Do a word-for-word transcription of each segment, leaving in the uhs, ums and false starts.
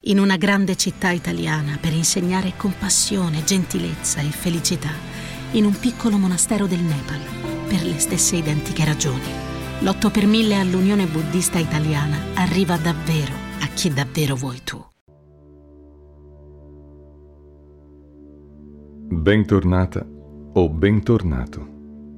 in una grande città italiana per insegnare compassione, gentilezza e felicità, in un piccolo monastero del Nepal, per le stesse identiche ragioni. L'otto per mille all'Unione Buddista Italiana arriva davvero a chi davvero vuoi tu. Bentornata o bentornato.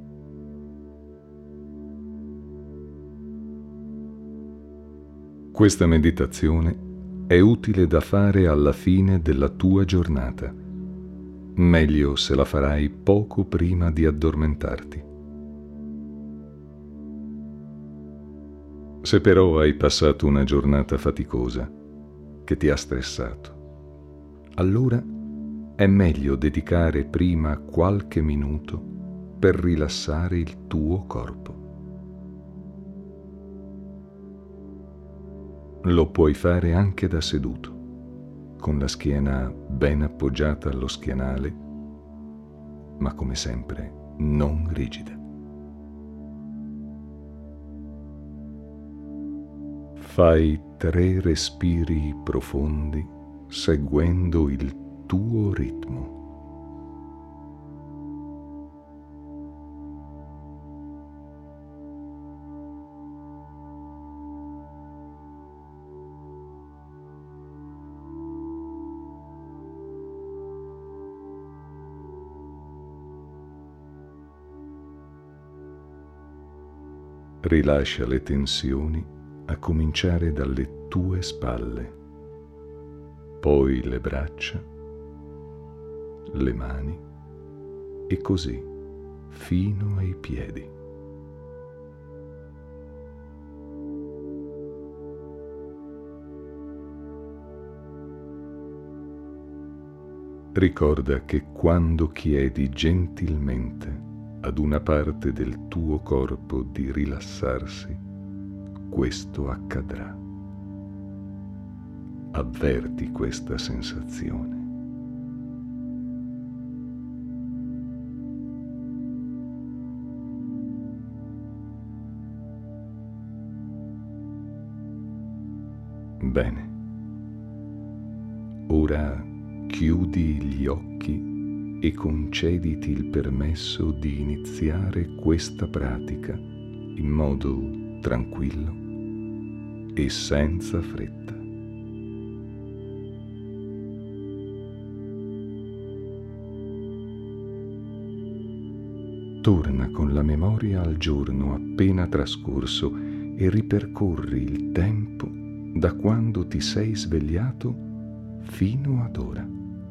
Questa meditazione è utile da fare alla fine della tua giornata. Meglio se la farai poco prima di addormentarti. Se però hai passato una giornata faticosa che ti ha stressato, allora è meglio dedicare prima qualche minuto per rilassare il tuo corpo. Lo puoi fare anche da seduto, con la schiena ben appoggiata allo schienale, ma come sempre non rigida. Fai tre respiri profondi seguendo il tuo ritmo. Rilascia le tensioni a cominciare dalle tue spalle, poi le braccia, le mani e così fino ai piedi. Ricorda che quando chiedi gentilmente ad una parte del tuo corpo di rilassarsi, questo accadrà. Avverti questa sensazione. Bene. Ora chiudi gli occhi e concediti il permesso di iniziare questa pratica in modo tranquillo e senza fretta. Torna con la memoria al giorno appena trascorso e ripercorri il tempo da quando ti sei svegliato fino ad ora.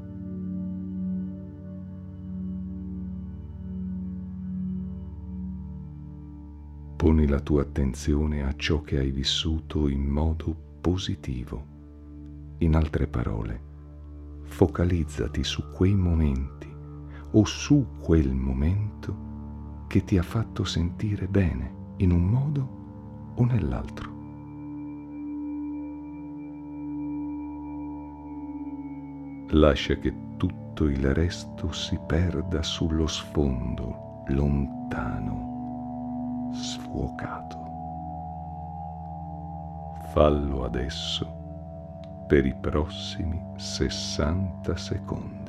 Poni la tua attenzione a ciò che hai vissuto in modo positivo. In altre parole, focalizzati su quei momenti o su quel momento che ti ha fatto sentire bene in un modo o nell'altro. Lascia che tutto il resto si perda sullo sfondo, lontano, sfuocato. Fallo adesso per i prossimi sessanta secondi.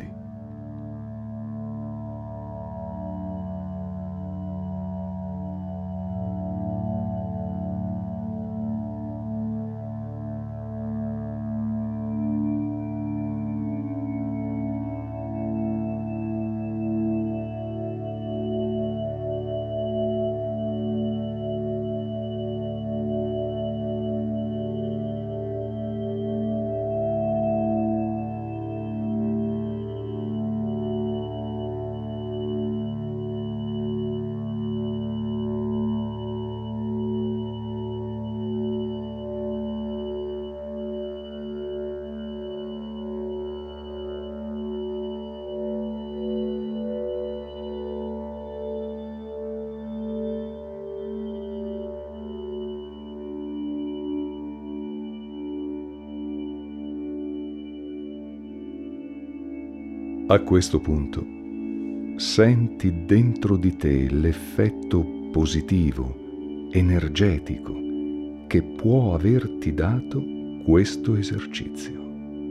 A questo punto, senti dentro di te l'effetto positivo, energetico, che può averti dato questo esercizio.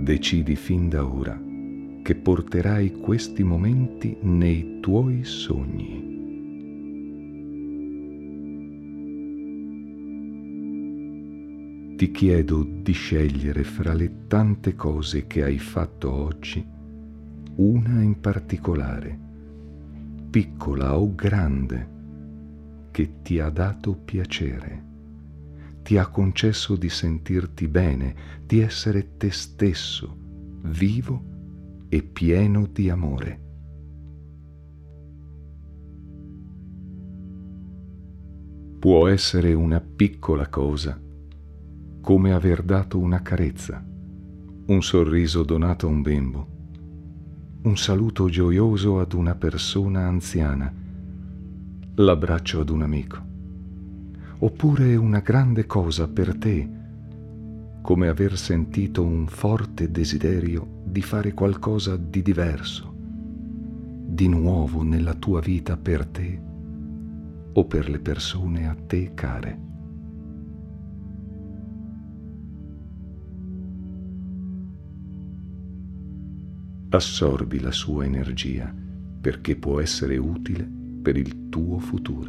decidi fin da ora che porterai questi momenti nei tuoi sogni. Ti chiedo di scegliere fra le tante cose che hai fatto oggi, una in particolare, piccola o grande, che ti ha dato piacere, ti ha concesso di sentirti bene, di essere te stesso, vivo e pieno di amore. Può essere una piccola cosa, come aver dato una carezza, un sorriso donato a un bimbo, un saluto gioioso ad una persona anziana, l'abbraccio ad un amico, oppure una grande cosa per te, come aver sentito un forte desiderio di fare qualcosa di diverso, di nuovo nella tua vita per te o per le persone a te care. Assorbi la sua energia perché può essere utile per il tuo futuro.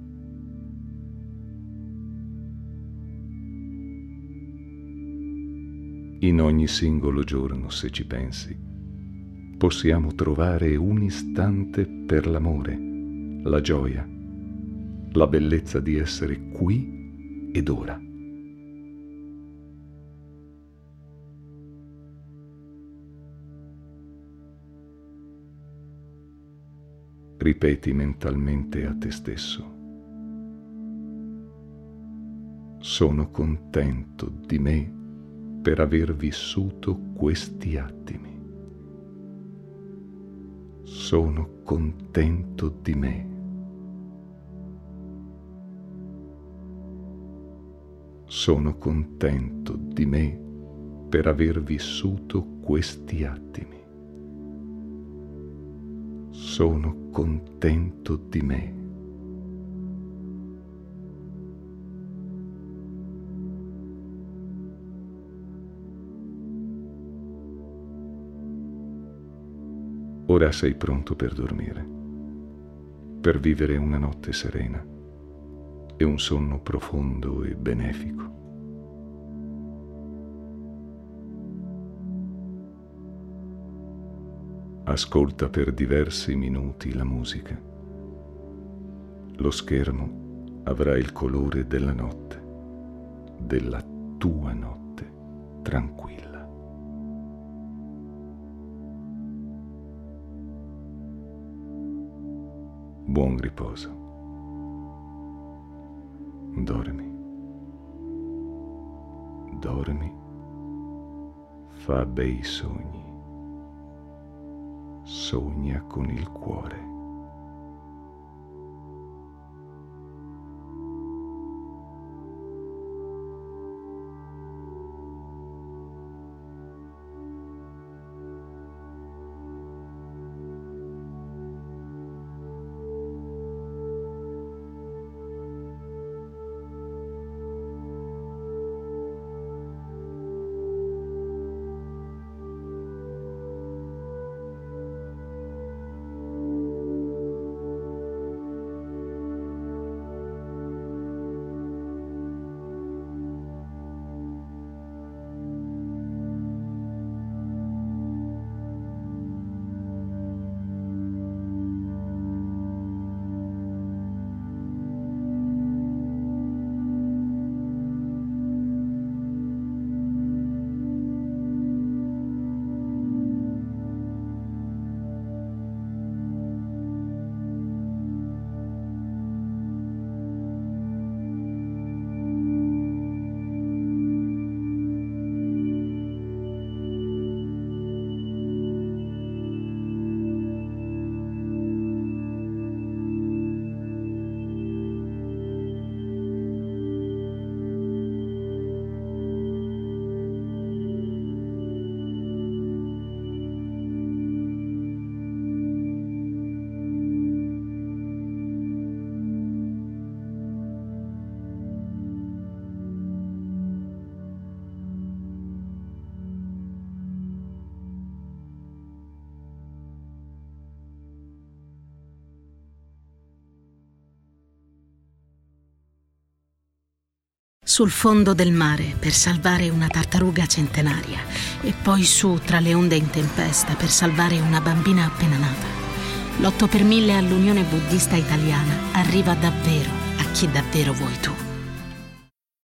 In ogni singolo giorno, se ci pensi, possiamo trovare un istante per l'amore, la gioia, la bellezza di essere qui ed ora. Ripeti mentalmente a te stesso: sono contento di me per aver vissuto questi attimi. Sono contento di me. Sono contento di me per aver vissuto questi attimi. Sono contento di me. Ora sei pronto per dormire, per vivere una notte serena e un sonno profondo e benefico. Ascolta per diversi minuti la musica. Lo schermo avrà il colore della notte, della tua notte tranquilla. Buon riposo. Dormi. Dormi. Fa bei sogni. Sogna con il cuore. sul fondo del mare per salvare una tartaruga centenaria e poi su tra le onde in tempesta per salvare una bambina appena nata. L'otto per mille all'Unione Buddista Italiana arriva davvero a chi davvero vuoi tu.